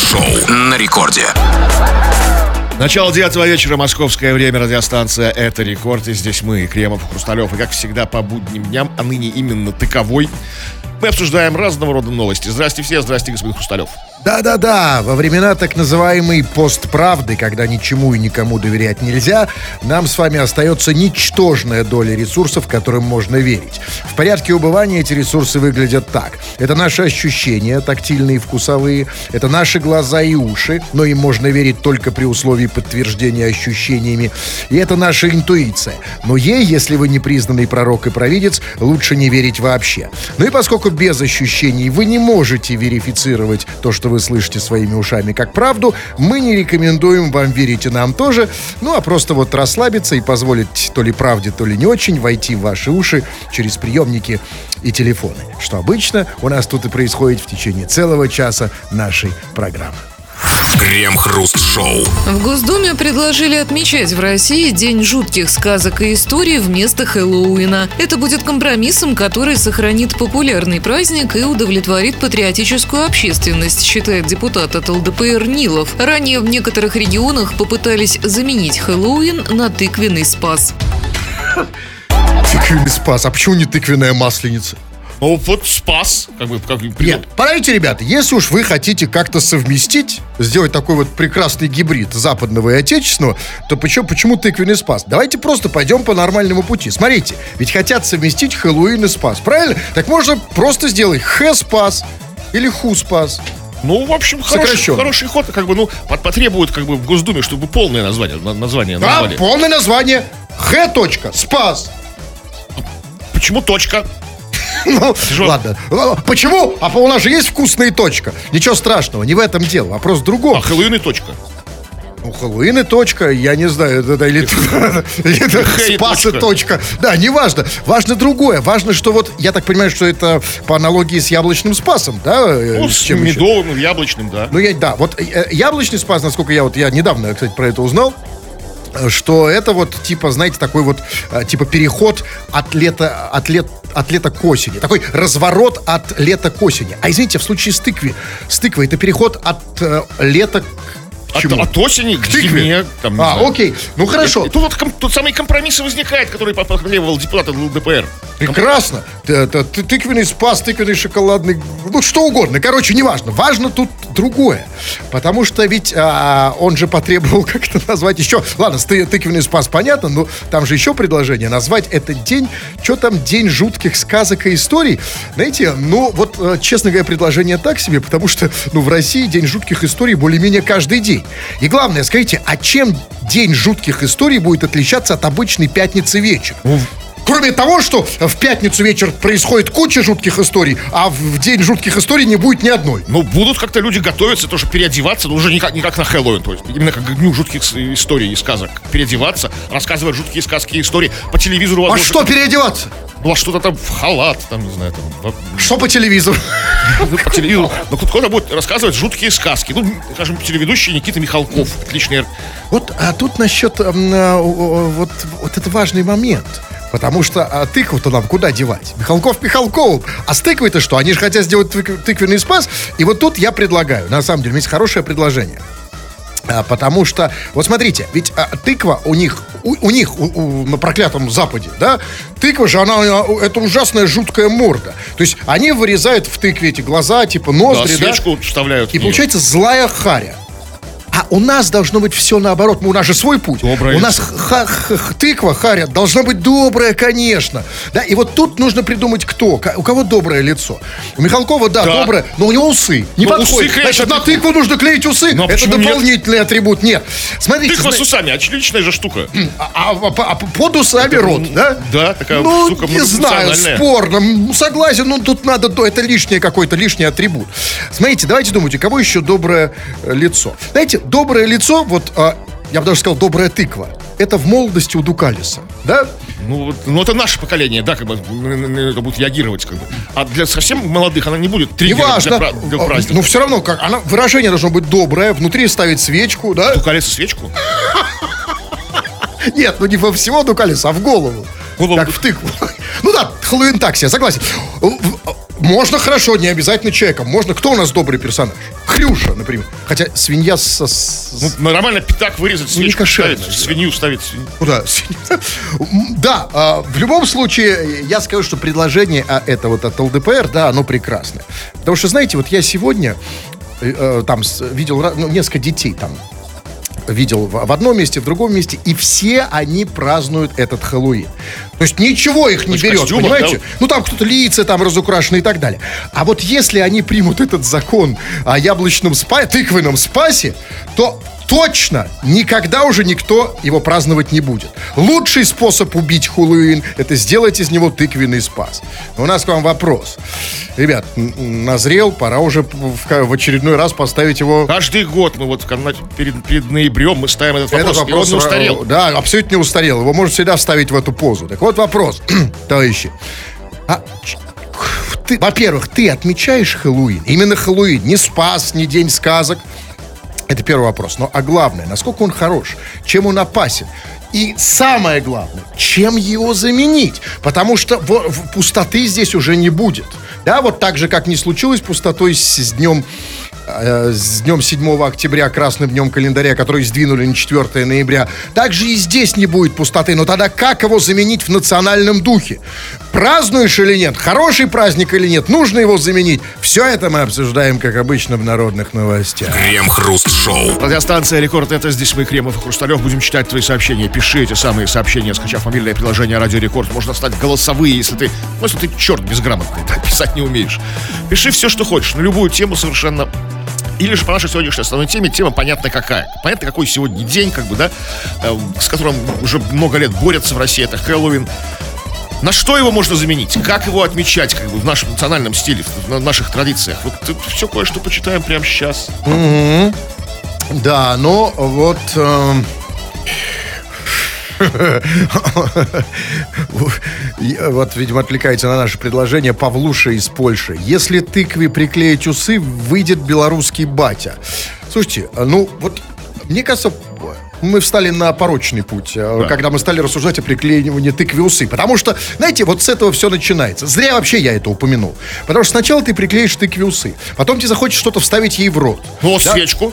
Крем-хруст-шоу на рекорде. Начало 9 вечера, московское время, радиостанция «Это рекорд». И здесь мы, Кремов и Хрусталев. И как всегда по будним дням, а ныне именно таковой, мы обсуждаем разного рода новости. Здрасте все, здрасте, господин Хрусталев. Да-да-да, во времена так называемой постправды, когда ничему и никому доверять нельзя, нам с вами остается ничтожная доля ресурсов, которым можно верить. В порядке убывания эти ресурсы выглядят так. Это наши ощущения, тактильные и вкусовые, это наши глаза и уши, но им можно верить только при условии подтверждения ощущениями, и это наша интуиция. Но ей, если вы не признанный пророк и провидец, лучше не верить вообще. Ну и поскольку без ощущений вы не можете верифицировать то, что вы слышите своими ушами как правду, мы не рекомендуем вам верить и нам тоже, ну а просто вот расслабиться и позволить то ли правде, то ли не очень войти в ваши уши через приемники и телефоны, что обычно у нас тут и происходит в течение целого часа нашей программы. Крем-хруст-шоу. В Госдуме предложили отмечать в России День жутких сказок и историй вместо Хэллоуина. Это будет компромиссом, который сохранит популярный праздник и удовлетворит патриотическую общественность, считает депутат от ЛДПР Нилов. Ранее в некоторых регионах попытались заменить Хэллоуин на тыквенный Спас. Тыквенный Спас, а почему не тыквенная Масленица? Ну вот Спас, Нет, подождите, ребята, если уж вы хотите как-то совместить, сделать такой вот прекрасный гибрид западного и отечественного, то почему тыквенный Спас? Давайте просто пойдем по нормальному пути. Смотрите, ведь хотят совместить Хэллоуин и Спас, правильно? Так можно просто сделать Хэ-Спас или Ху-Спас. Ну, в общем, хороший ход, потребует в Госдуме, чтобы полное название назвали. Да, полное название Хэ.Спас. Почему точка? Ну, ладно. Почему? А у нас же есть вкусная точка. Ничего страшного, не в этом дело. Вопрос в другом. А Хэллоуин и точка? Ну, Хэллоуин и точка, я не знаю, или Спас и точка. Да, неважно. Важно другое. Важно, что вот, я так понимаю, что это по аналогии с яблочным Спасом, да? Ну, с медовым, яблочным, да. Ну, вот яблочный Спас, насколько я недавно, кстати, про это узнал, что это вот, типа, знаете, такой вот, типа, переход от лета к осени. Такой разворот от лета к осени. А извините, в случае с тыквой это переход от лета к чему? От осени к зиме. Окей, ну хорошо. И тут тот самый компромисс возникает, который потребовал депутат ЛДПР. Прекрасно. Тыквенный Спас, тыквенный шоколадный, ну что угодно. Короче, неважно. Важно тут другое. Потому что ведь он же потребовал как-то назвать еще... Ладно, тыквенный Спас понятно, но там же еще предложение. Назвать этот день, что там, День жутких сказок и историй. Знаете, ну вот, честно говоря, предложение так себе, потому что, в России День жутких историй более-менее каждый день. И главное, скажите, а чем День жутких историй будет отличаться от обычной пятницы вечера? Кроме того, что в пятницу вечер происходит куча жутких историй, а в День жутких историй не будет ни одной. Ну, будут как-то люди готовиться, тоже переодеваться, но уже не как на Хэллоуин, то есть именно как к Дню жутких историй и сказок. Переодеваться, рассказывать жуткие сказки и истории по телевизору. Возможно, что переодеваться? Ну, а что-то там в халат, там, не знаю, там... Что по телевизору? По телевизору. Ну, кто-то будет рассказывать жуткие сказки. Ну, скажем, телеведущий Никита Михалков. Отличный. Вот, а тут насчет... вот это важный момент. Потому что тыкву-то нам куда девать? Михалков Михалковым. А с тыквой-то что? Они же хотят сделать тыквенный Спас. И вот тут я предлагаю, на самом деле, у меня есть хорошее предложение. Потому что, вот смотрите, ведь тыква у них на проклятом Западе, да, тыква же, это ужасная жуткая морда. То есть они вырезают в тыкве эти глаза, типа ноздри, да, свечку вставляют. И получается злая харя. А у нас должно быть все наоборот. У нас же свой путь. Доброе у нас тыква, харя, должна быть добрая, конечно. Да, и вот тут нужно придумать, кто. У кого доброе лицо. У Михалкова, да, доброе, но у него усы. Не подходит. Значит, на тыкву нужно клеить усы. Но это дополнительный атрибут. Нет. Смотрите. Тыква с усами, отличная же штука. А под усами рот, да? Да, такая штука. Не знаю, спорно. Согласен, тут надо, это лишний атрибут. Смотрите, давайте думать, у кого еще доброе лицо. Знаете, доброе лицо, вот, я бы даже сказал, добрая тыква. Это в молодости у Дукалиса, да? Ну, это наше поколение, да, это будет реагировать, А для совсем молодых она не будет триггером для праздника. Но все равно, выражение должно быть доброе, внутри ставить свечку, да? Дукалису свечку? Нет, не во всего Дукалиса, а в голову. Как в тыкву. Ну да, Хэллоуин так себе, согласен. Можно хорошо, не обязательно человеком. Можно, кто у нас добрый персонаж? Хрюша, например. Хотя свинья Ну, нормально пятак вырезать, Ну, не свечку кошерно. ставить, свинью ставить. Куда? Да, в любом случае, я скажу, что предложение это вот от ЛДПР, да, оно прекрасное. Потому что, знаете, вот я сегодня там видел несколько детей там. Видел в одном месте, в другом месте, и все они празднуют этот Хэллоуин. То есть ничего их не берет, костюмах, понимаете? да? Ну, там кто-то лица там разукрашены и так далее. А вот если они примут этот закон о яблочном тыквенном спасе, то точно никогда уже никто его праздновать не будет. Лучший способ убить Хэллоуин — это сделать из него тыквенный спас. Но у нас к вам вопрос. Ребят, назрел, пора уже в очередной раз поставить его... Каждый год мы вот перед ноябрем мы ставим этот вопрос, и он не устарел. Да, абсолютно не устарел. Его можно всегда вставить в эту позу. Так вот вопрос, товарищи. Во-первых, ты отмечаешь Хэллоуин? Именно Хэллоуин, не Спас, не День сказок. Это первый вопрос. А главное, насколько он хорош, чем он опасен. И самое главное, чем его заменить. Потому что пустоты здесь уже не будет. Да, вот так же, как не случилось пустотой с днем 7 октября, красным днем календаря, который сдвинули на 4 ноября. Также и здесь не будет пустоты. Но тогда как его заменить в национальном духе? Празднуешь или нет? Хороший праздник или нет? Нужно его заменить? Все это мы обсуждаем, как обычно, в народных новостях. Крем-хруст-шоу. Радиостанция «Рекорд». Это здесь мы, Кремов и Хрусталев. Будем читать твои сообщения. Пиши эти самые сообщения, скачав мобильное приложение «Радио Рекорд». Можно стать голосовые, если ты черт безграмотный, писать не умеешь. Пиши все, что хочешь, на любую тему совершенно. Или же по нашей сегодняшней основной теме, тема понятно какая. Понятно, какой сегодня день, с которым уже много лет борются в России, это Хэллоуин. На что его можно заменить? Как его отмечать, в нашем национальном стиле, в наших традициях? Вот все кое-что почитаем прямо сейчас. Да, но вот... Вот, видимо, отвлекается на наше предложение Павлуша из Польши. Если тыкве приклеить усы, выйдет белорусский батя. Слушайте, мне кажется, мы встали на порочный путь, когда мы стали рассуждать о приклеивании тыкве усы. Потому что, знаете, вот с этого все начинается. Зря вообще я это упомянул. Потому что сначала ты приклеишь тыкве усы, потом тебе захочешь что-то вставить ей в рот. Ну вот, да? Свечку.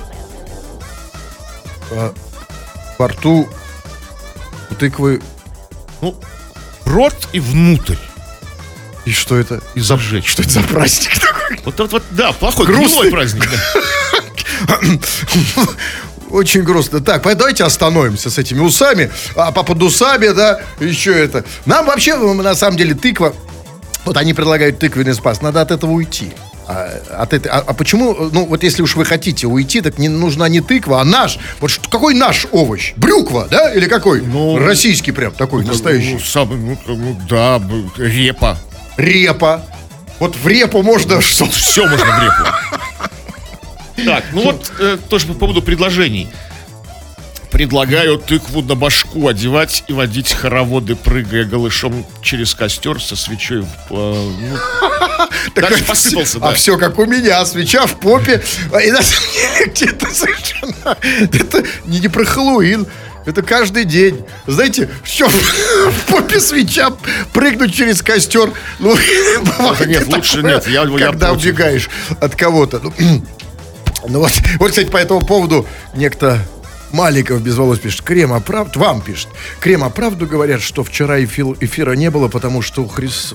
Во рту у тыквы... рот и внутрь. И что это? И зажечь. Что это за праздник такой? Вот, да, плохой, грустный праздник. Да. Очень грустно. Так, давайте остановимся с этими усами. А под усами, да, еще это. Нам вообще, на самом деле, тыква... Вот они предлагают тыквенный спас. Надо от этого уйти. Почему, вот если уж вы хотите уйти, так не нужна не тыква, а наш. Вот какой наш овощ? Брюква, да? Или какой? Российский прям такой, настоящий. Да, репа. Репа. Вот в репу можно что? Все можно в репу. Так, тоже по поводу предложений. Предлагаю тыкву на башку одевать и водить хороводы, прыгая голышом через костер со свечой дальше посыпался, да. А все как у меня, свеча в попе. И на самом деле где-то совершенно... Это не про Хэллоуин. Это каждый день. Знаете, что в попе свеча, прыгнуть через костер. Нет, лучше нет. Когда убегаешь от кого-то. Вот, кстати, по этому поводу некто... Маликов без волос пишет. Крем, а правду... Вам пишет. Крем, а правду говорят, что вчера эфира не было, потому что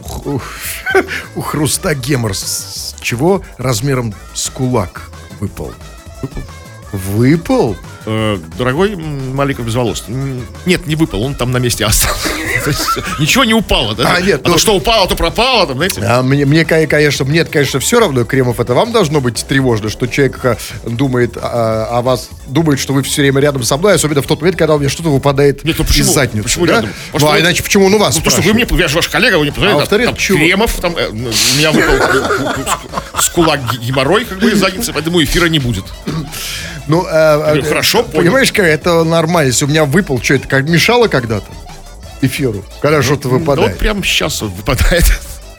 у Хруста гемор чего? Размером с кулак выпал. Выпал? Дорогой Маликов без волос. Нет, не выпал, он там на месте остался. Ничего не упало, да? Нет, то, что упало, то пропало, там, знаете? Мне, конечно, все равно, Кремов, это вам должно быть тревожно, что человек думает о вас, думает, что вы все время рядом со мной, особенно в тот момент, когда у меня что-то выпадает из задницы. Почему рядом? А иначе почему он у вас? Потому что вы мне, я же ваш коллега, вы не позволяете. Кремов, там, у меня выпал с кулак геморрой, из задницы, поэтому эфира не будет. Хорошо, понимаешь, как это нормально. Если у меня выпал, что это, как мешало когда-то эфиру, когда что-то выпадает. Вот прямо сейчас выпадает.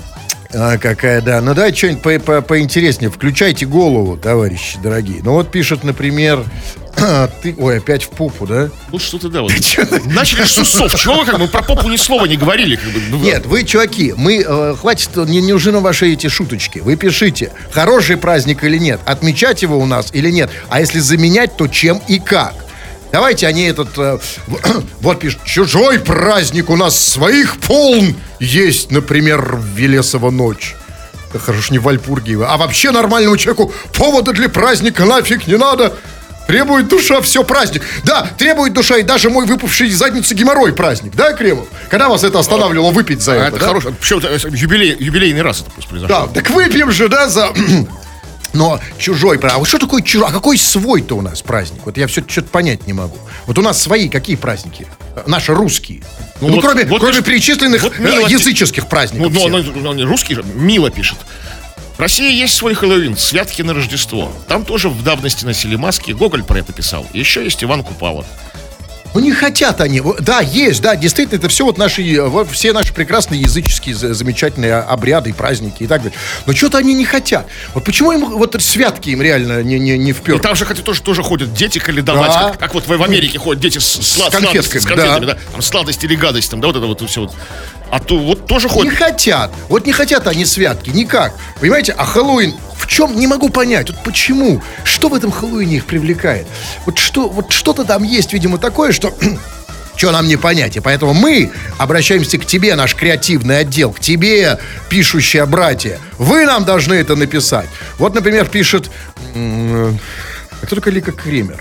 Какая, да. Ну, давайте что-нибудь поинтереснее. Включайте голову, товарищи дорогие. Ну, вот пишет, например... Ой, опять в попу, да? Ну, что-то, да, вот. Начали с усов. Чего вы, как бы, про попу ни слова не говорили? Как бы. Нет, вы, чуваки, хватит, не нужны ваши эти шуточки. Вы пишите, хороший праздник или нет, отмечать его у нас или нет. А если заменять, то чем и как? Давайте они вот пишут, чужой праздник у нас своих полн есть, например, в Велесова ночь. Да хорошо, не в Вальпургиево. А вообще нормальному человеку повода для праздника нафиг не надо. Требует душа, все праздник. Да, требует душа и даже мой выпавший из задницы геморрой праздник. Да, Кремов? Когда вас это останавливало выпить за это? Это хорошо. Причем юбилейный раз это просто произошло. Да, так выпьем же, да, за... Но чужой праздник. А вот что такое чужой? А какой свой-то у нас праздник? Вот я все что-то понять не могу. Вот у нас свои какие праздники? Наши русские. Ну вот, кроме перечисленных языческих праздников. Ну, русский же мило пишет. В России есть свой Хэллоуин, святки на Рождество. Там тоже в давности носили маски. Гоголь про это писал. Еще есть Иван Купала. Ну, не хотят они. Да, есть, да, действительно, это все вот все наши прекрасные языческие замечательные обряды и праздники и так далее. Но что-то они не хотят. Вот почему им вот святки им реально не впер? И там же, хотя тоже ходят дети каледовать, да. как вот в Америке ходят дети с конфетками, да. Там сладость или гадость, там, да, вот это вот все вот. А то вот тоже ходят. Не хотят. Вот не хотят они святки, никак. Понимаете, а Хэллоуин в чем, не могу понять. Вот почему? Что в этом Хэллоуине их привлекает? Вот что-то там есть, видимо, такое, что нам не понять. И поэтому мы обращаемся к тебе, наш креативный отдел, к тебе, пишущие братья. Вы нам должны это написать. Вот, например, пишет... А кто такая Лика Кремер?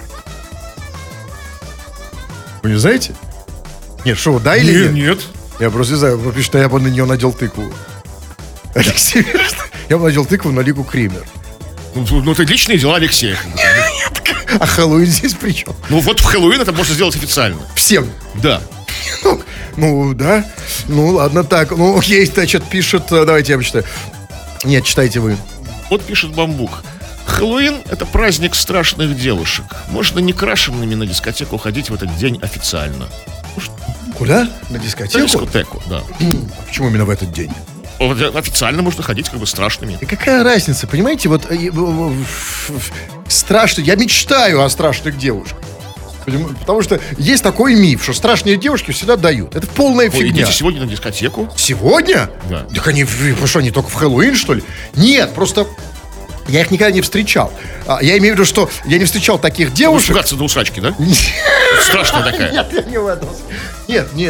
Вы не знаете? Нет, что, да или нет? Нет. Я просто не знаю, пишет, что я бы на нее надел тыкву. Алексей, я бы надел тыкву на Лику Кремер. Ну, это личные дела Алексея. А Хэллоуин здесь при чем? Ну, вот в Хэллоуин это можно сделать официально. Всем? Да. Ну, да. Ну, ладно, так. Ну, есть, значит, пишет... Давайте я почитаю. Нет, читайте вы. Вот пишет Бамбук. Хэллоуин – это праздник страшных девушек. Можно некрашенными на дискотеку ходить в этот день официально. Куда? На дискотеку? На дискотеку, да. Почему именно в этот день? Официально можно ходить как бы страшными. И какая разница, понимаете, вот страшно, я мечтаю о страшных девушках. Потому что есть такой миф, что страшные девушки всегда дают. Это полная фигня. Идите сегодня на дискотеку. Сегодня? Да. Так они только в Хэллоуин, что ли? Нет, просто... Я их никогда не встречал. Я имею в виду, что я не встречал таких девушек. Ругаться до усрачки, да? Страшная такая. Нет, я не в этом. Нет, не...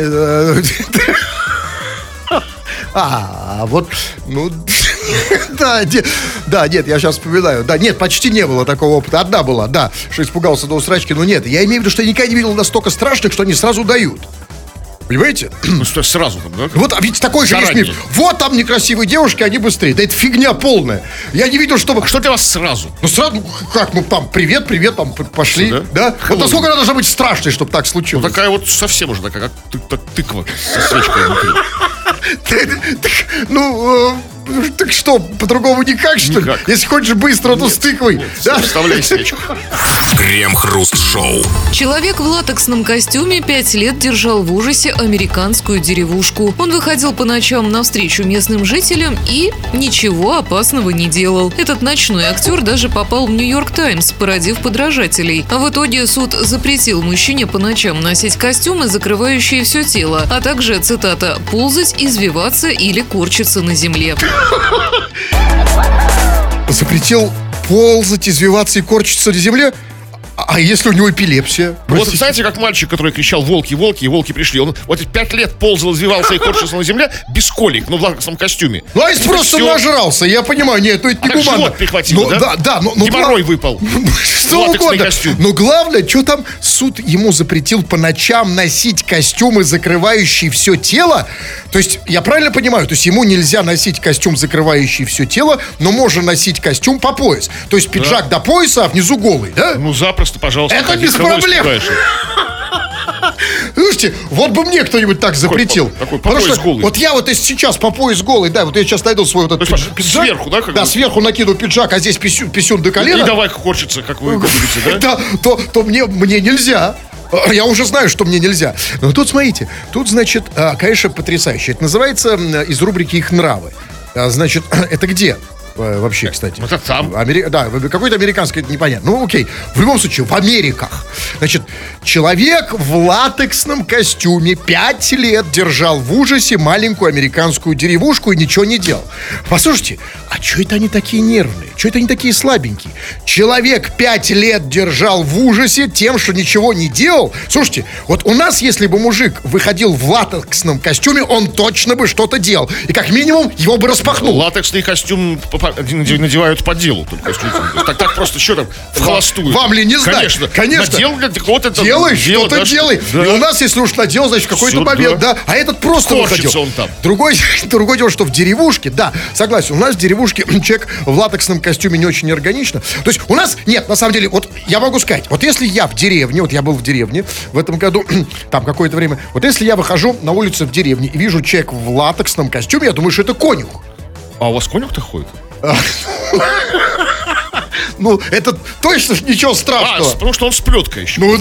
Вот, ну... Да, нет, я сейчас вспоминаю. Да, нет, почти не было такого опыта. Одна была, да, что испугался до усрачки, но нет. Я имею в виду, что я никогда не видел настолько страшных, что они сразу дают. Понимаете? Ну, что сразу там, да? Вот, а ведь такой же есть миф. Вот там некрасивые девушки, они быстрее. Да это фигня полная. Я не видел, чтобы... А что для вас сразу? Ну, сразу, как, ну, там, привет, там, пошли. Что, да? Вот насколько она должна быть страшной, чтобы так случилось? Ну, такая вот совсем уже такая, как тыква со свечкой внутри. Ну, так что, по-другому никак, что ли? Если хочешь быстро, то с тыквой. Вставляй свечку. Крем-хруст-шоу. Человек в латексном костюме 5 лет держал в ужасе американскую деревушку. Он выходил по ночам навстречу местным жителям и ничего опасного не делал. Этот ночной актер даже попал в Нью-Йорк Таймс, породив подражателей. А в итоге суд запретил мужчине по ночам носить костюмы, закрывающие все тело, а также, цитата, «ползать, извиваться или корчиться на земле». Запретил ползать, извиваться и корчиться на земле? А если у него эпилепсия? Вот знаете, как мальчик, который кричал «волки, волки», и волки пришли. Он вот 5 лет ползал, извивался и корчился на земле без колик, но в латексном костюме. Ну, а если просто нажрался, я понимаю, нет, это не гуманно. Живот прихватило, да? Да, но геморрой выпал. Что угодно. Но главное, что там суд ему запретил по ночам носить костюмы, закрывающие все тело? То есть, я правильно понимаю, то есть ему нельзя носить костюм, закрывающий все тело, но можно носить костюм по пояс. То есть пиджак до пояса, а внизу голый, да? Ну, запросто, пожалуйста. Это без проблем. Слушайте, вот бы мне кто-нибудь так запретил. Такой по пояс голый. Вот я вот сейчас по пояс голый, да, вот я сейчас найду свой вот этот пиджак. Сверху, да? Да, сверху накину пиджак, а здесь писюн до колена. И давай корчиться, как вы любите, да? Да, то мне нельзя. Я уже знаю, что мне нельзя. Но тут, смотрите, тут, значит, конечно, потрясающе. Это называется из рубрики «Их нравы». Значит, это где? Вообще, кстати. Это там. Да, какой-то американский, это непонятно. Ну, окей. В любом случае, в Америках. Значит, человек в латексном костюме 5 лет держал в ужасе маленькую американскую деревушку и ничего не делал. Послушайте, а что это они такие нервные? Что это они такие слабенькие? Человек 5 лет держал в ужасе тем, что ничего не делал. Слушайте, вот у нас, если бы мужик выходил в латексном костюме, он точно бы что-то делал. И как минимум его бы распахнул. Латексный костюм надевают по делу. Так просто что там в холостую. Вам ли не знать? Конечно. Надел, делай, что-то делай. Да. И у нас, если уж надел, значит, в какой-то момент, да. А этот просто выходил. Он там. Другое дело, что в деревушке, да, согласен, у нас в деревушке человек в латексном костюме не очень органично. То есть у нас, нет, на самом деле, вот я могу сказать, вот если я в деревне, вот я был в деревне в этом году, там какое-то время, вот если я выхожу на улицу в деревне и вижу человека в латексном костюме, я думаю, что это конюх. А у вас конюх-то ходит? Ну, это точно ничего страшного. Потому что он с плеткой еще. Ну,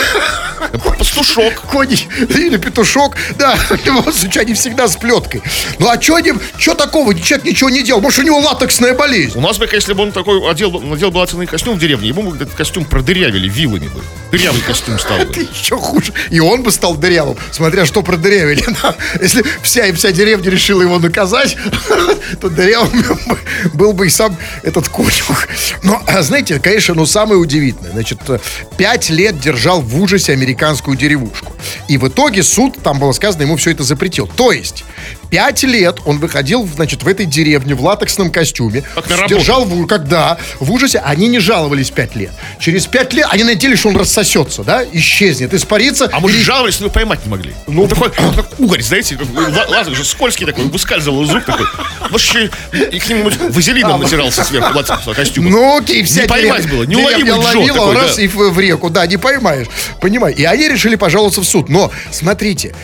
пастушок. Кони или петушок. Да, в любом случае, они всегда с плеткой. Ну, а что такого? Человек ничего не делал. Может, у него латексная болезнь. У нас бы, если бы он такой надел бы латексный костюм в деревне, ему бы этот костюм продырявили вилами бы. Дырявый костюм стал бы. Это еще хуже. И он бы стал дырявым, смотря что продырявили. Если вся деревня решила его наказать, то дырявым был бы и сам этот конюх. Но, знаете, конечно, самое удивительное. Значит, 5 лет держал в ужасе американскую деревушку. И в итоге суд, там было сказано, ему все это запретил. То есть 5 лет он выходил, значит, в этой деревне в латексном костюме. Держал в ужасе. Они не жаловались 5 лет. Через 5 лет они надеялись, что он рассосется, да, исчезнет, испарится. А мы жаловались, но поймать не могли. Ну, он такой, как угорь, знаете, лазер же скользкий такой, выскальзывал из рук такой. Может, и каким-нибудь вазелином натирался сверху латексного костюма. Ну, окей, вся не поймать было, неуловимый Джо такой, раз, да. И в реку, да, не поймаешь. Понимаешь. И они решили пожаловаться в суд. Но, смотрите,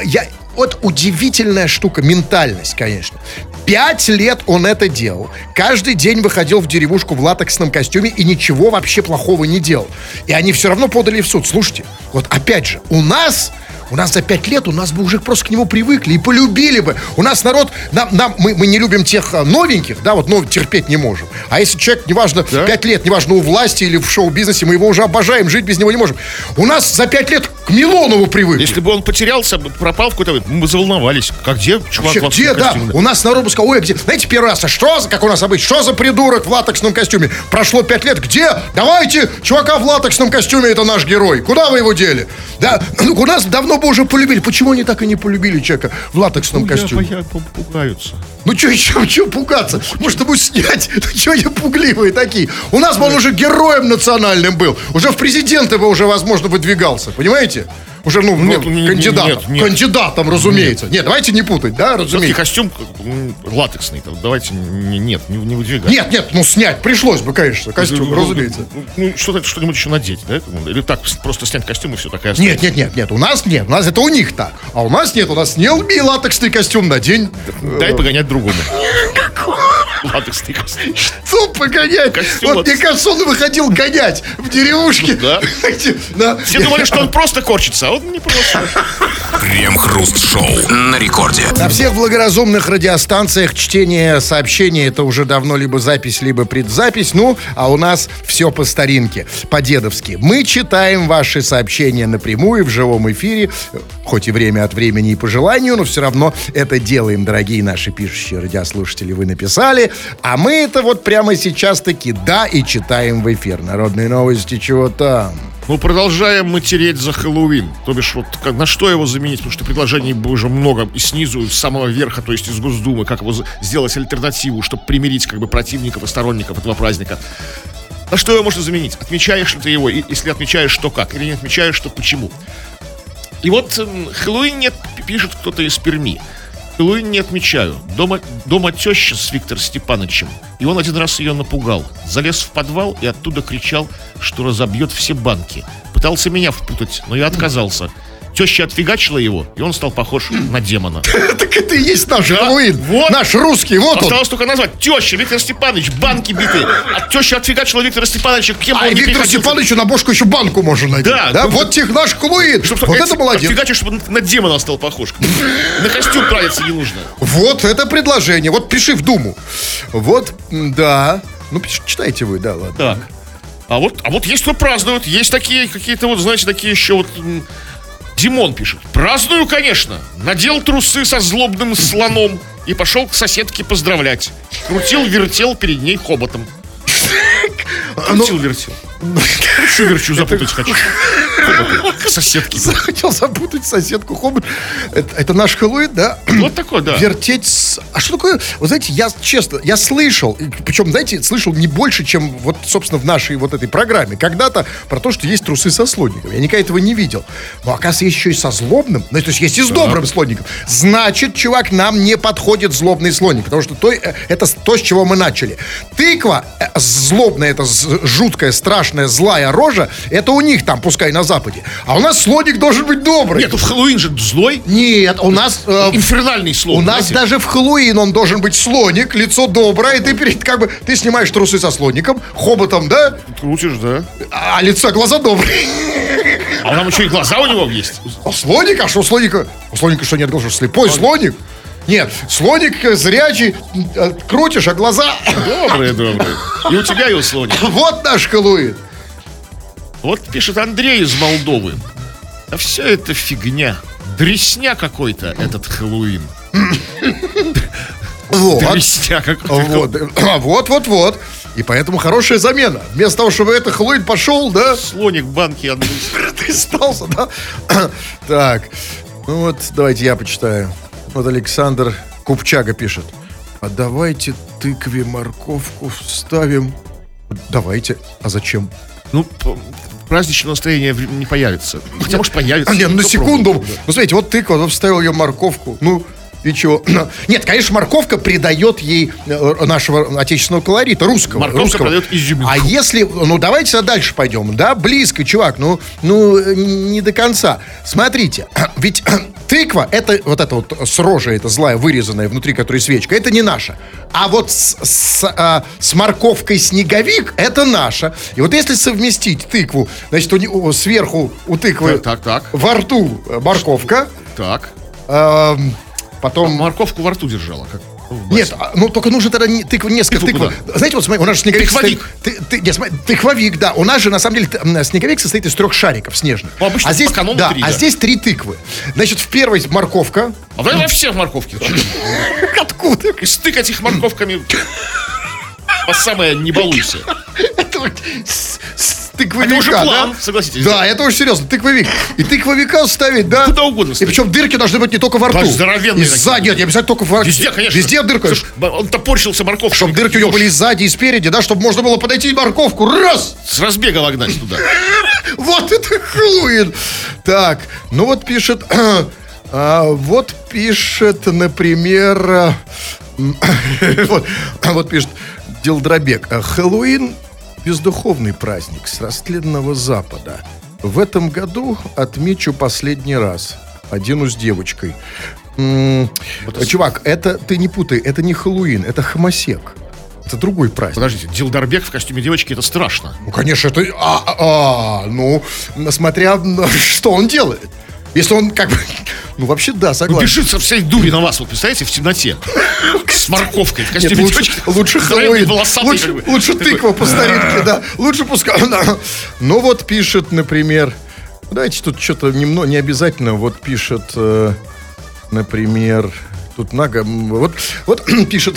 вот удивительная штука, ментальность, конечно. 5 лет он это делал. Каждый день выходил в деревушку в латексном костюме и ничего вообще плохого не делал. И они все равно подали в суд. Слушайте, вот опять же, у нас за 5 лет у нас бы уже просто к нему привыкли и полюбили бы. У нас народ, мы не любим тех новеньких, да, вот новых терпеть не можем. А если человек, неважно, 5 лет, неважно, у власти или в шоу-бизнесе, мы его уже обожаем, жить без него не можем. У нас за 5 лет к Милонову привыкли. Если бы он потерялся, пропал в какой-то, мы бы заволновались. Где чувак в латексном костюме? Да, у нас народ бы сказал, ой, где? Знаете, первый раз, как у нас обычно, что за придурок в латексном костюме? Прошло 5 лет, где? Давайте, чувака в латексном костюме, это наш герой. Куда вы его дели? Да, у нас давно бы уже полюбили. Почему они так и не полюбили человека в латексном костюме? Пугаются. Ну что пугаться? Может, ему снять? Ну что они пугливые такие? У нас бы он уже героем национальным был. Уже в президенты бы уже, возможно, выдвигался. Понимаете? Уже, кандидатом. Кандидатом, разумеется. Нет, давайте не путать, да, разумеется. Костюм латексный, давайте не выдвигать. Нет, снять пришлось бы, конечно, костюм, разумеется. Что-нибудь еще надеть, да? Или так, просто снять костюм и все такая остается. Нет, у нас это у них так. А у нас нет, у нас снял латексный костюм, надень. Дай погонять другому. Латексный костюм. Что погонять? Вот мне кажется, он выходил гонять в деревушке. Да. Все думали, что он просто корчится, а он не просто. Крем-хруст-шоу на рекорде. На всех благоразумных радиостанциях чтение сообщений — это уже давно либо запись, либо предзапись. А у нас все по старинке, по-дедовски. Мы читаем ваши сообщения напрямую в живом эфире, хоть и время от времени и по желанию, но все равно это делаем, дорогие наши пишущие радиослушатели. Вы написали, а мы это вот прямо сейчас таки и читаем в эфир. Народные новости, чего там? Продолжаем мы тереть за Хэллоуин. То бишь, на что его заменить? Потому что предложений уже много и снизу, и с самого верха, то есть из Госдумы, как его сделать альтернативу, чтобы примирить противников и сторонников этого праздника. На что его можно заменить? Отмечаешь ли ты его? И если отмечаешь, то как? Или не отмечаешь, то почему? И вот Хэллоуин нет, пишет кто-то из Перми. Хэллоуин не отмечаю. Дома теща с Виктором Степановичем. И он один раз ее напугал. Залез в подвал и оттуда кричал, что разобьет все банки. Пытался меня впутать, но я отказался. Теща отфигачила его, и он стал похож на демона. Так это и есть наш Да, Хэллоуин. вот. Наш русский, вот он. Осталось только назвать. Теща Виктор Степанович, банки битые. А теща отфигачила Виктора Степановича, кем бы А он ни Виктору приходился. Степановичу на бошку еще банку можно найти. Да, Вот тех наш Хэллоуин. Вот это молодец. Отфигачил, чтобы на демона стал похож. На костюм тратиться не нужно. Вот это предложение. Вот пиши в Думу. Вот, да. Ну, читайте вы, да, ладно. Так. А вот есть кто празднует. Есть такие какие-то вот, знаете, такие еще вот... Димон пишет. Праздную, конечно. Надел трусы со злобным слоном и пошел к соседке поздравлять. Крутил-вертел перед ней хоботом. Крутил-вертел. Хочу верчу, запутать хочу. К соседке. Хотел запутать соседку хобот. Это наш Хэллоуин, да? Вот такой, да. Вертеть. А что такое? Вы знаете, я честно, я слышал, причем, знаете, слышал не больше, чем вот, собственно, в нашей вот этой программе. Когда-то про то, что есть трусы со слоником. Я никогда этого не видел. Но, оказывается, есть еще и со злобным. Ну, то есть есть и с добрым слоником. Значит, чувак, нам не подходит злобный слоник. Потому что это то, с чего мы начали. Тыква злобная, это жуткая, страшная, злая рожа, это у них там, пускай на Западе. А у нас слоник должен быть добрый. Нет, ну в Хэллоуин же злой. Нет, у нас... Инфернальный слон. У нас даже в Хэллоуин он должен быть слоник, лицо доброе, и ты ты снимаешь трусы со слоником, хоботом, да? Крутишь, да. А лицо, глаза добрые. А там еще и глаза у него есть. А слоник? А что у слоника? У слоника что, нет глаз? Слепой слоник? Нет, слоник зрячий, крутишь, а глаза... Добрые. И у тебя, и у слоника. Вот наш Хэллоуин. Вот пишет Андрей из Молдовы. А все это фигня. Дресня какой-то этот Хэллоуин. Дресня какой-то. Вот. И поэтому хорошая замена. Вместо того, чтобы это Хэллоуин пошел, да? Слоник банки Андрей. Ты остался, да? Так, ну вот, давайте я почитаю. Вот Александр Купчага пишет. А давайте тыкве морковку вставим. Давайте. А зачем? Ну, праздничное настроение не появится. Хотя, может, появится. Нет, на секунду. Ну, смотрите, вот тыква, вставил ее морковку. Ну, и чего? Нет, конечно, морковка придает ей нашего отечественного колорита, русского. Морковка придает изюминку. А если... Ну, давайте сюда дальше пойдем. Да, близко, чувак. Ну, не до конца. Смотрите, ведь тыква, это вот с рожей, это злая, вырезанная внутри, которой свечка, это не наша. А вот с морковкой снеговик, это наша. И вот если совместить тыкву, значит, сверху у тыквы Так. во рту морковка. Так. Потом... Морковку во рту держала. Как Нет, ну только нужно тогда несколько тыкв. Знаете, вот смотри, у нас же снеговик... Тыквовик, да. У нас же, на самом деле, снеговик состоит из 3 шариков снежных. Ну, обычно здесь, по канону да, 3, а здесь 3 тыквы. Значит, в первой морковка. А давай во всех морковки. Откуда? И стыкать их морковками по самое не балуйся. Это тыквовика, это уже план, да? согласитесь. Да, это уже серьезно, тыквовик. И тыквовика ставить, да? Куда угодно И ставить. причем дырки должны быть не только во рту. Да, здоровенные И сзади, нет, не обязательно только во рту. Везде, конечно. Везде дырка. Слушай, он топорщился морковкой. Чтобы дырки у него были и сзади, и спереди, да, чтобы можно было подойти и морковку. Раз! С разбега вогнать туда. Вот это Хэллоуин. Так, ну вот пишет... вот пишет, например... вот пишет Дилдробек. Хэллоуин — бездуховный праздник с растленного Запада. В этом году отмечу последний раз. Оденусь девочкой. Чувак, это ты не путай, это не Хэллоуин, это Хомосек. Это другой праздник. Подождите, Дилдарбек в костюме девочки — это страшно. Ну, конечно, это... ну, смотря что он делает. Если он как бы... Ну, вообще, да, согласен. Бежит со всей дури на вас, вот представляете, в темноте. С морковкой в костюме Нет, девочки. лучше Хэллоуин. Лучше тыква по старинке, да. Лучше пускай... Ну, вот пишет, например... Давайте тут что-то не обязательно. Вот пишет, например... Тут много... Вот пишет...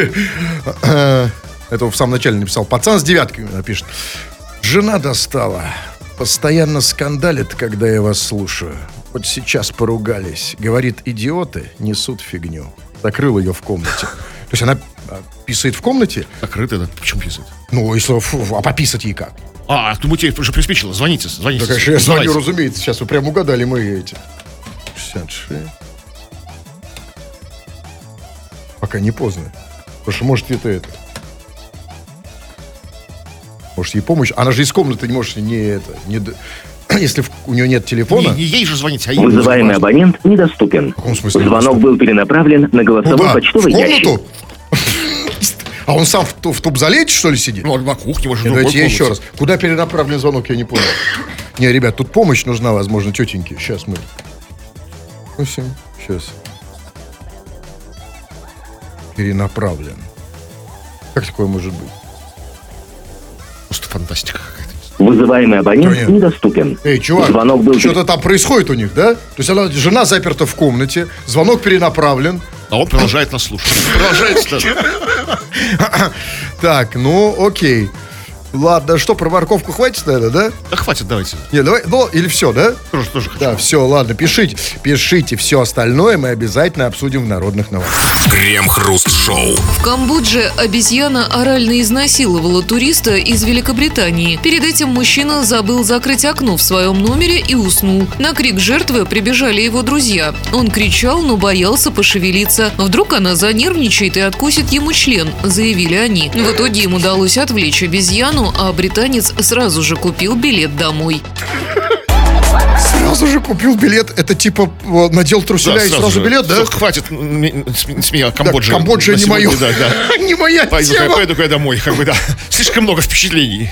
Это в самом начале написал. Пацан с девятками пишет. Жена достала. Постоянно скандалит, когда я вас слушаю. Вот сейчас поругались. Говорит, идиоты несут фигню. Закрыл ее в комнате. То есть она писает в комнате? Закрытая, да? Почему писает? Ну, если... А пописать ей как? Думаю, тебе уже приспичило. Звоните. Да, конечно, я звоню, разумеется. Сейчас вы прям угадали мои эти. 66. Пока не поздно. Потому что, может, это... Может, ей помощь? Она же из комнаты не может если у нее нет телефона... Не ей же звонить, а ей. Вызываемый абонент недоступен. В каком смысле Звонок был перенаправлен на голосовой Куда? почтовый В ящик. комнату? А он сам в туалете, что ли, сидит? Ну, на кухне, может, в Нет, другой давайте я еще комнате. раз. Куда перенаправлен звонок, я не понял. Не, ребят, тут помощь нужна, возможно, тетеньке. Сейчас мы... Ну, все, сейчас. Перенаправлен. Как такое может быть? Просто фантастика какая-то. Вызываемый абонент Нет. недоступен. Эй, чувак, Звонок был... что-то там происходит у них, да? То есть жена заперта в комнате, звонок перенаправлен. А он продолжает нас слушать. Продолжает. Так, ну, окей. Ладно, что, про морковку хватит, наверное, да? Да хватит, давайте. Не, давай, ну, или все, да? Тоже хочу. Да, все, ладно, пишите все остальное, мы обязательно обсудим в народных новостях. Крем-хруст-шоу. В Камбодже обезьяна орально изнасиловала туриста из Великобритании. Перед этим мужчина забыл закрыть окно в своем номере и уснул. На крик жертвы прибежали его друзья. Он кричал, но боялся пошевелиться. Вдруг она занервничает и откусит ему член, заявили они. В итоге им удалось отвлечь обезьяну, а британец сразу же купил билет домой. Сразу же купил билет, это типа надел труселя и сразу же. билет, да? Всё, хватит с меня, Камбоджа. Да, Камбоджа на не сегодня, мое. да. Не моя тема. Пойду-ка я домой, как бы, да. Слишком много впечатлений.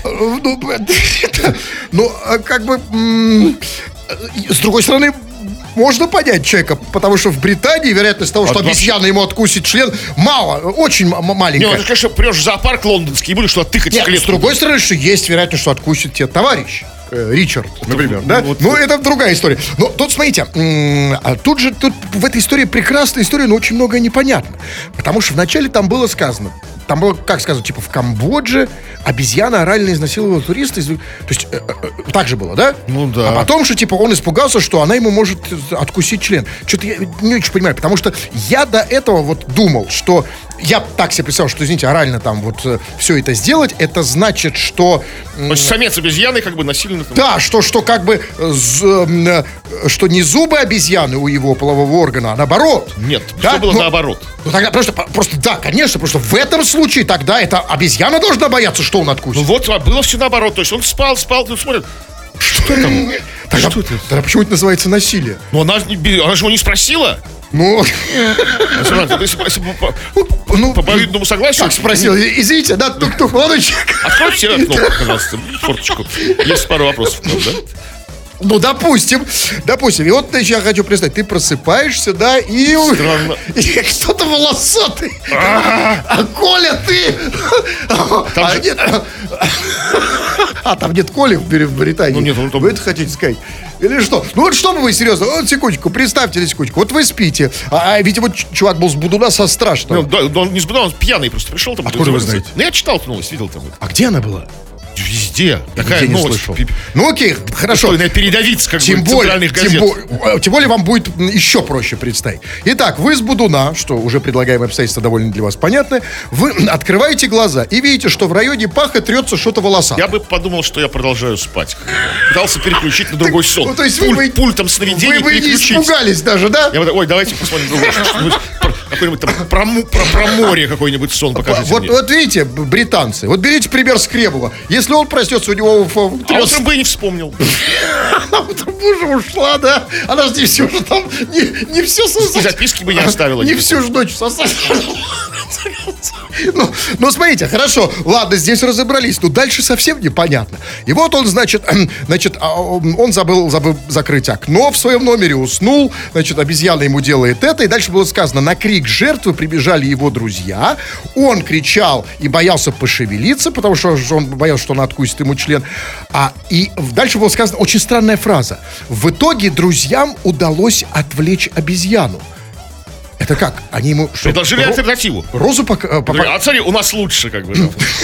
Ну, как бы, с другой стороны, можно понять человека, потому что в Британии вероятность того, что вообще- обезьяна ему откусит член, мало, очень Не, маленькая. ну, конечно, прешь в зоопарк лондонский и будешь что тыкать в Нет, с клетку. другой стороны, что есть вероятность, что откусит тебе товарищ. Ричард, например, да? вот- Ну, это другая история. Но тут, смотрите, а тут в этой истории прекрасная история, но очень многое непонятно. Потому что вначале там было сказано, как сказано, типа, в Камбодже обезьяна орально изнасиловала туриста. То есть, так же было, да? Ну, да. А потом, что, типа, он испугался, что она ему может откусить член. Что-то я не очень понимаю, потому что я до этого вот думал, что... Я так себе представил, что, извините, орально там вот все это сделать, это значит, что... То есть самец обезьяны как бы насильно... Да, что как бы, что не зубы обезьяны у его полового органа, а наоборот. Нет, Да? все было Ну, наоборот. Ну, тогда просто, да, конечно, потому что в этом случае тогда эта обезьяна должна бояться, что он Ну откусит. вот, было все наоборот. То есть он спал, тут смотрит. Что там? Тогда, что это? тогда почему это называется насилие? Ну она же его не спросила. Ну, Если бы ну, по обоюдному согласию... как спросил, извините, да, тук-тук, молодой человек. Откройте окно, пожалуйста, форточку. Есть пару вопросов, да? Ну, допустим. И вот, значит, я хочу представить, ты просыпаешься, да, и... Странно. И кто-то волосатый. А Коля, ты... Там же- нет... там нет Коли в Британии. Ну, нет, он там- Вы это хотите сказать? Или что? Ну, вот что бы вы, серьезно, вот секундочку, представьте секундочку. Вот вы спите, ведь вот чувак был с будуна со страшного. Ну, да, он не сбудал, он пьяный просто пришел там. Откуда вы знаете? Ну, я читал эту новость, видел там. А где она была? Везде. Я Такая нигде не новость. слышал. Ну, окей, хорошо. Достойная передовица, как Тем бы, более, центральных газет. тем более вам будет еще проще представить. Итак, вы с будуна, что уже предлагаемые обстоятельства довольно для вас понятны, вы открываете глаза и видите, что в районе паха трется что-то волосатое. Я бы подумал, что я продолжаю спать. Пытался переключить на другой сон. Ну, то есть вы Пультом сновидений Вы не переключить. испугались даже, да? Я вот, ой, давайте посмотрим другой. Что-нибудь какой-нибудь там про море какой-нибудь сон покажите мне. Вот видите, британцы, вот берите пример Скребова. Если он проснется, у него А утром бы и не вспомнил. Она утром уже ушла, да? Она же не все же там, не все И записки бы не оставила. Не всю же ночь сосать. Ну, смотрите, хорошо, ладно, здесь разобрались, но дальше совсем непонятно. И вот он, значит, он забыл закрыть окно в своем номере, уснул, значит, обезьяна ему делает это, и дальше было сказано, на крик жертвы прибежали его друзья, он кричал и боялся пошевелиться, потому что он боялся, что он откусит ему член, и дальше было сказано очень странная фраза. В итоге друзьям удалось отвлечь обезьяну. Это как? Они ему... что, Предложили альтернативу. Розу А смотри, у нас лучше, как бы.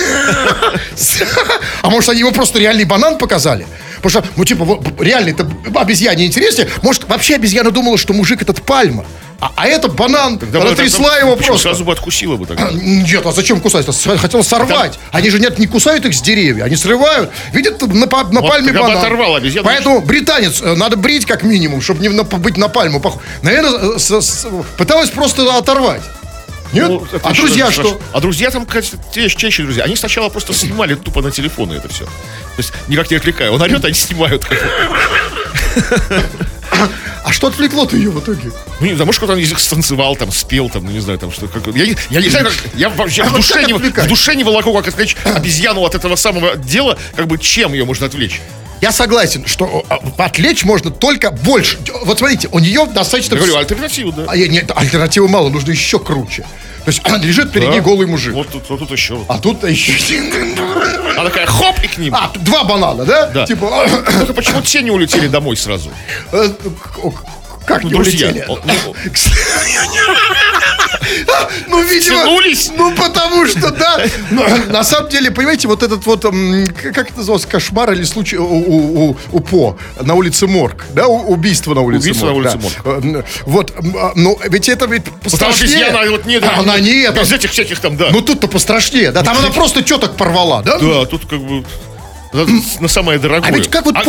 А может, они ему просто реальный банан показали? Потому что, ну, типа, вот, реально, это обезьяне интереснее. Может, вообще обезьяна думала, что мужик этот пальма, а это банан. Она трясла его просто. Сразу бы откусила бы тогда. Нет, а зачем кусать? Хотела сорвать. Они же не кусают их с деревьев, они срывают. Видят на пальме тогда бы банан. оторвал обезьяну. Поэтому британец надо брить как минимум, чтобы не быть на пальму. Наверное, пыталась просто оторвать. Нет? это А еще друзья даже что? А друзья там, те чаще друзья. Они сначала просто снимали тупо на телефоны это все. То есть никак не отвлекая. Он орет, они снимают. А что отвлекло-то ее в итоге? Ну, не знаю, может, кто-то там язык станцевал, там, спел, там, ну, не знаю, там, что... Я не знаю, как... Я вообще в душе не волоку, как отвлечь обезьяну от этого самого дела, как бы чем ее можно отвлечь. Я согласен, что отвлечь можно только больше. Вот смотрите, у нее достаточно... Я говорю, альтернативу, да. Нет, альтернативы мало, нужно еще круче. То есть лежит перед ней голый мужик. Вот тут еще. А тут еще... Она такая, хоп, и к ним. А, 2 банана, да? Да. Типа... Только почему те не улетели домой сразу? Как не друзья. улетели? Ну, видимо... Тянулись? Ну, потому что, да. На самом деле, понимаете, вот этот вот... Как это называлось? Кошмар или случай у По на улице Морг. Да, убийство на улице Морг. Убийство на улице Морг. Вот, ну, ведь это ведь пострашнее. Она вот нет. Она нет. Без этих всяких там, да. Ну, тут-то пострашнее. Да, там она просто теток порвала, да? Да, тут как бы... На самое дорогое. А ведь как вот...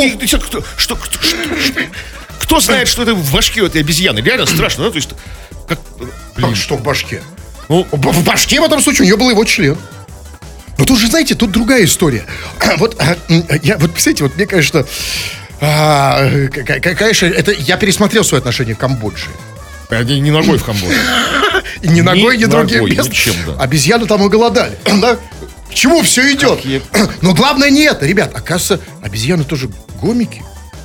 Кто знает, что это в башке у этой обезьяны? Реально страшно, да? То есть, как что в башке? Ну, в башке в этом случае у нее был его член. Но тут же, знаете, тут другая история. Вот, представляете, вот мне кажется, конечно, это я пересмотрел свое отношение к Камбодже. Не ногой в Камбодже. И ни ногой, ни другим местом. Ничем, да. Обезьяны там и голодали. Да? К чему все идет? Но главное не это, ребят. Оказывается, обезьяны тоже гомики.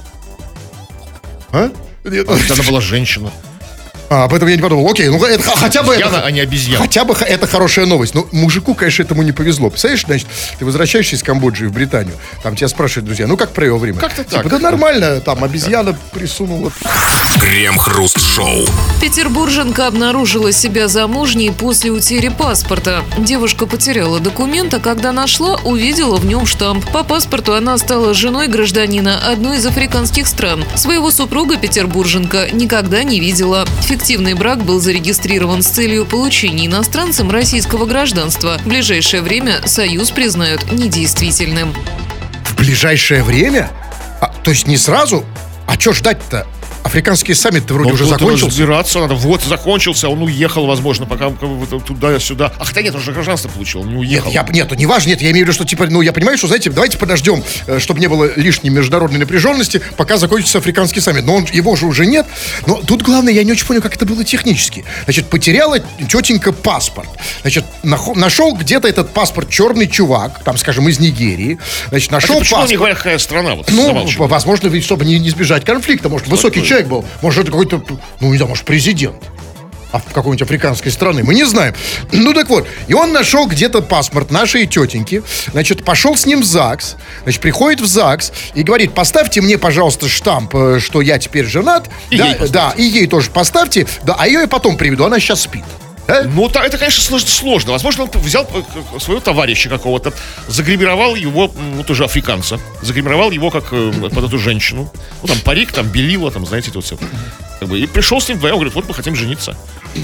А? Она была женщина. Об этом я не подумал. Окей, ну это хотя бы обезьяна, это... а не обезьяна. Хотя бы это хорошая новость. Но мужику, конечно, этому не повезло. Представляешь, значит, ты возвращаешься из Камбоджи в Британию, там тебя спрашивают друзья, ну как провел время? Как-то так. Да нормально, там обезьяна присунула. Крем-хруст-шоу. Петербурженка обнаружила себя замужней после утери паспорта. Девушка потеряла документ, а когда нашла, увидела в нем штамп. По паспорту она стала женой гражданина одной из африканских стран. Своего супруга петербурженка никогда не видела. Фиктивный брак был зарегистрирован с целью получения иностранцам российского гражданства. В ближайшее время союз признают недействительным. В ближайшее время? То есть не сразу? А что ждать-то? Африканский саммит-то вроде уже закончился. Разбираться надо. Вот, закончился, он уехал, возможно, пока туда-сюда. А хотя нет, он же гражданство получил, он не уехал. Нет, не важно, нет, я имею в виду, что, типа, ну, я понимаю, что, знаете, давайте подождем, чтобы не было лишней международной напряженности, пока закончится африканский саммит. Но его же уже нет. Но тут главное, я не очень понял, как это было технически. Значит, потеряла тетенька паспорт. Значит, нашел где-то этот паспорт черный чувак, там, скажем, из Нигерии. Значит, нашел почему паспорт. не говорят, какая страна? Вот, ну, возможно, ведь, чтобы не избежать конфликта. Может, высокий человек был. Может, это какой-то, ну, не знаю, может, президент какой-нибудь африканской страны. Мы не знаем. Ну, так вот. И он нашел где-то паспорт нашей тетеньки. Значит, пошел с ним в ЗАГС. Значит, приходит в ЗАГС и говорит, поставьте мне, пожалуйста, штамп, что я теперь женат. И ей тоже поставьте. Да, а ее я потом приведу. Она сейчас спит. Да? Ну, это, конечно, сложно. Возможно, он взял своего товарища какого-то, загримировал его, ну, тоже африканца, загримировал его как под эту женщину. Ну, там, парик, там, белила, там, знаете, это вот все. Как бы, и пришел с ним вдвоем, говорит, вот мы хотим жениться.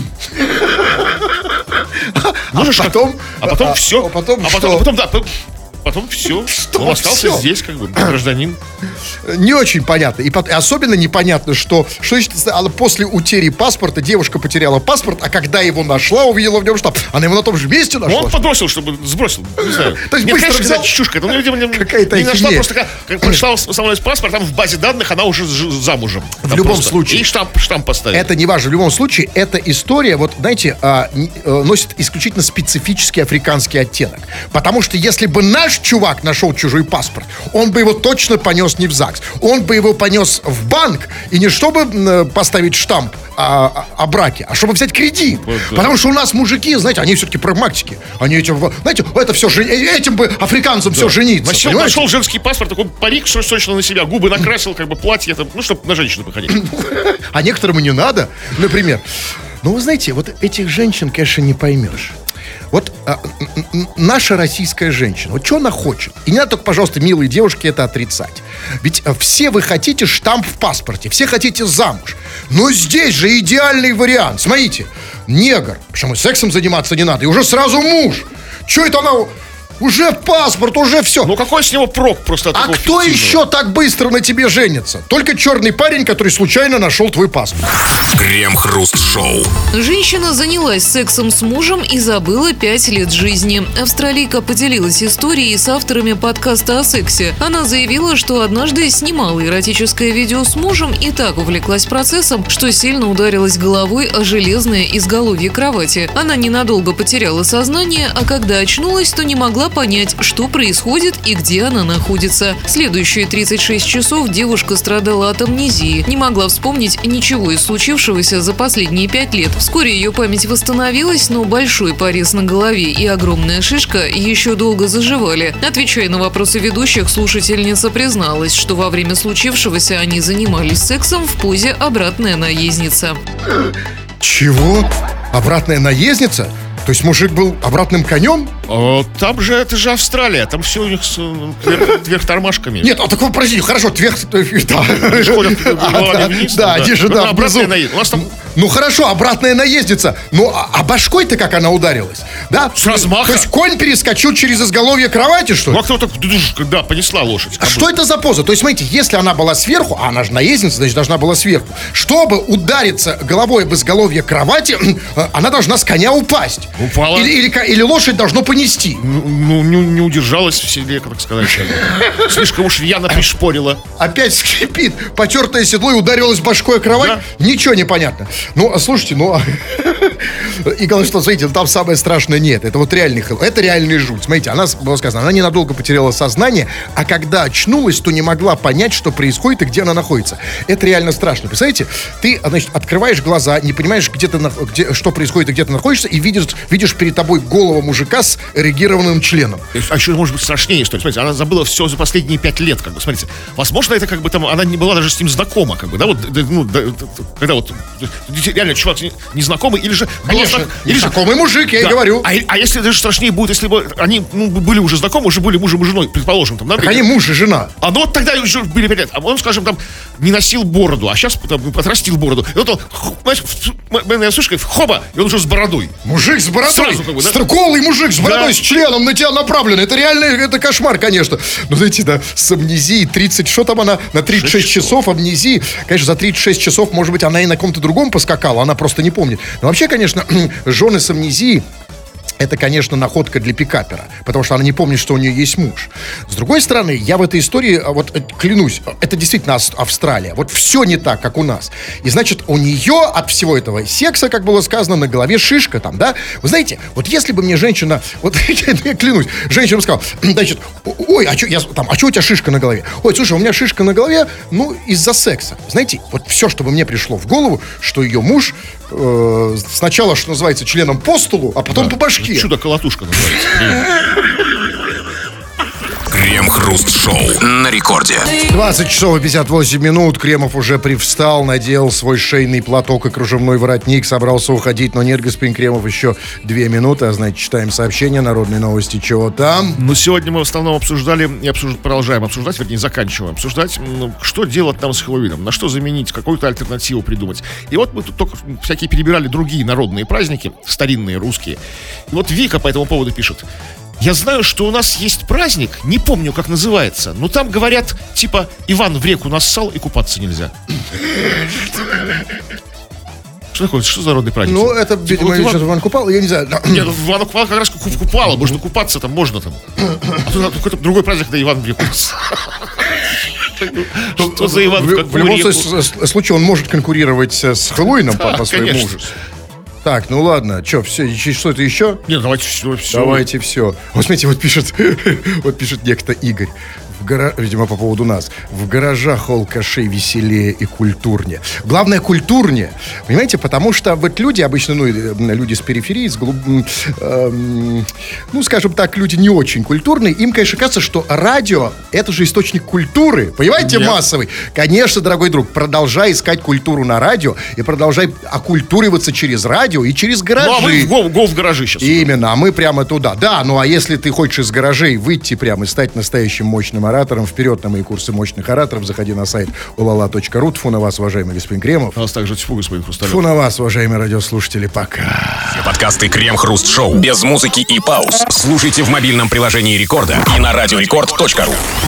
Потом все. Потом все. Он остался здесь, как бы, гражданин. Не очень понятно. И особенно непонятно, что значит, после утери паспорта девушка потеряла паспорт, а когда его нашла, увидела в нем штамп. Она его на том же месте нашла. Он подбросил, чтобы сбросил. Не знаю. То есть нет, быстро конечно, взял. чушка. Но, видимо, какая-то не нашла, ахинея. просто как пришла со мной с паспортом, в базе данных она уже замужем. В любом случае. И штамп поставили. Это не важно. В любом случае, эта история, вот, знаете, носит исключительно специфический африканский оттенок. Потому что если бы наш чувак нашел чужой паспорт, он бы его точно понес не в ЗАГС. Он бы его понес в банк, и не чтобы поставить штамп о браке, а чтобы взять кредит. Вот, да. Потому что у нас мужики, знаете, они все-таки прагматики. Они знаете, это все, этим бы африканцам все жениться. Нашел женский паспорт, такой парик срочно на себя, губы накрасил, как бы платье, ну, чтобы на женщину походить. А некоторым и не надо, например. Но вы знаете, вот этих женщин, конечно, не поймешь. Вот наша российская женщина, вот что она хочет? И не надо только, пожалуйста, милые девушки, это отрицать. Ведь все вы хотите штамп в паспорте, все хотите замуж. Но здесь же идеальный вариант. Смотрите, негр, причем и сексом заниматься не надо, и уже сразу муж. Что это она... Уже паспорт, уже все. Ну какой с него прок просто от А такого кто фиктивного? еще так быстро на тебе женится? Только черный парень, который случайно нашел твой паспорт. Крем-хруст-шоу. Женщина занялась сексом с мужем и забыла 5 лет жизни. Австралийка поделилась историей с авторами подкаста о сексе. Она заявила, что однажды снимала эротическое видео с мужем и так увлеклась процессом, что сильно ударилась головой о железное изголовье кровати. Она ненадолго потеряла сознание, а когда очнулась, то не могла понять, что происходит и где она находится. Следующие 36 часов девушка страдала от амнезии, не могла вспомнить ничего из случившегося за последние 5 лет. Вскоре ее память восстановилась, но большой порез на голове и огромная шишка еще долго заживали. Отвечая на вопросы ведущих, слушательница призналась, что во время случившегося они занимались сексом в позе «обратная наездница». Чего? Обратная наездница? То есть мужик был обратным конем? Там же, это же Австралия, там все у них вверх тормашками. Нет, так вы подожди, хорошо, да. Ходят головами вниз. Да, они же, да, обратная внизу. у нас там Ну хорошо, обратная наездница. Ну, а башкой-то как она ударилась? Да? С размаха. То есть конь перескочил через изголовье кровати, что ли? ну а кто так, да, понесла лошадь. А что это за поза? То есть, смотрите, если она была сверху, а она же наездница, значит, должна была сверху. Чтобы удариться головой об изголовье кровати, она должна с коня упасть. Упала. Или лошадь должно понести. Ну, не удержалась в седле, как сказать. Слишком уж рьяно пришпорила. Опять скрипит, потертое седло и ударилась башкой о кровать. Да. Ничего не понятно. Ну, слушайте, и главное, что, смотрите, там самое страшное нет. Это вот реальный хэл. Это реальный жуть. Смотрите, она, было сказано, она ненадолго потеряла сознание, а когда очнулась, то не могла понять, что происходит и где она находится. Это реально страшно. Представляете, ты, значит, открываешь глаза, не понимаешь, что происходит и где ты находишься, и видишь перед тобой голову мужика с эрегированным членом. А еще, может быть, страшнее, что ли. Смотрите, она забыла все за последние 5 лет, как бы, смотрите. Возможно, это как бы там, она не была даже с ним знакома, как бы, да, вот, когда вот, реально, чувак незнакомый, или же... Конечно, незнакомый мужик, я и говорю. А если даже страшнее будет, если бы они были уже знакомы, уже были мужем и женой, предположим, там, да? Так они муж и жена. А ну вот тогда уже были 5 лет. А он, скажем, там, не носил бороду, а сейчас там, отрастил бороду. И вот он, знаешь, слышишь, хоба, и он уже с бородой. Мужик с бородой. Сразу как бы, да? Голый мужик с бородой, Да. с членом на тебя направлен. Это реально, это кошмар, конечно. Но знаете, да, с амнезией 30, что там она? На 36 часов амнезии. Конечно, за 36 часов, может быть, она и на ком-то другом поскакала, она просто не помнит. Но вообще, конечно, жены с амнезией, это, конечно, находка для пикапера, потому что она не помнит, что у нее есть муж. С другой стороны, я в этой истории, вот клянусь, это действительно Австралия. Вот все не так, как у нас. И, значит, у нее от всего этого секса, как было сказано, на голове шишка там, да? Вы знаете, вот если бы мне женщина, вот я клянусь, женщина сказала, значит, ой, а что у тебя шишка на голове? Ой, слушай, у меня шишка на голове, ну, из-за секса. Знаете, вот все, что бы мне пришло в голову, что ее муж сначала, что называется, членом по столу, а потом по башке. Чудо-колотушка называется. Крем-хруст-шоу на рекорде. 20 часов и 58 минут. Кремов уже привстал, надел свой шейный платок и кружевной воротник, собрался уходить. Но нет, господин Кремов, еще 2 минуты. А значит, читаем сообщения, народные новости, чего там. Но сегодня мы в основном обсуждали и продолжаем обсуждать, вернее, заканчиваем обсуждать, что делать нам с Хэллоуином, на что заменить, какую-то альтернативу придумать. И вот мы тут только всякие перебирали другие народные праздники, старинные, русские. И вот Вика по этому поводу пишет. Я знаю, что у нас есть праздник, не помню, как называется, но там говорят, типа, Иван в реку нассал и купаться нельзя. Что такое? Что за народный праздник? Ну, это, видимо, вот что-то Иван купал, я не знаю. Нет, Иван купал как раз купала, можно купаться там, можно там. А тут какой-то другой праздник, когда Иван в реку нассал. Что за Иван в какую любом реку? случае он может конкурировать с Хэллоуином по своему конечно. ужасу. Так, ну ладно, что это еще? Нет, давайте все. Давайте все. Вот смотрите, вот пишет некто Игорь. Видимо, по поводу нас. В гаражах у алкашей веселее и культурнее. Главное, культурнее. Понимаете, потому что вот люди обычно, люди с периферии, скажем так, люди не очень культурные. Им, конечно, кажется, что радио — это же источник культуры. Понимаете, массовый. Конечно, дорогой друг, продолжай искать культуру на радио и продолжай окультуриваться через радио и через гаражи. Ну, а мы в гаражи сейчас. Именно, а мы прямо туда. Да, ну а если ты хочешь из гаражей выйти прямо и стать настоящим мощным оратором, вперед на мои курсы мощных ораторов, заходи на сайт ulala.ru. Тьфу на вас, уважаемый господин Кремов. А вас также тьфу, господин Хрусталев. Тьфу на вас, уважаемые радиослушатели, пока. Все подкасты Крем-хруст-шоу без музыки и пауз Слушайте в мобильном приложении Рекорда и на радиорекорд.ру.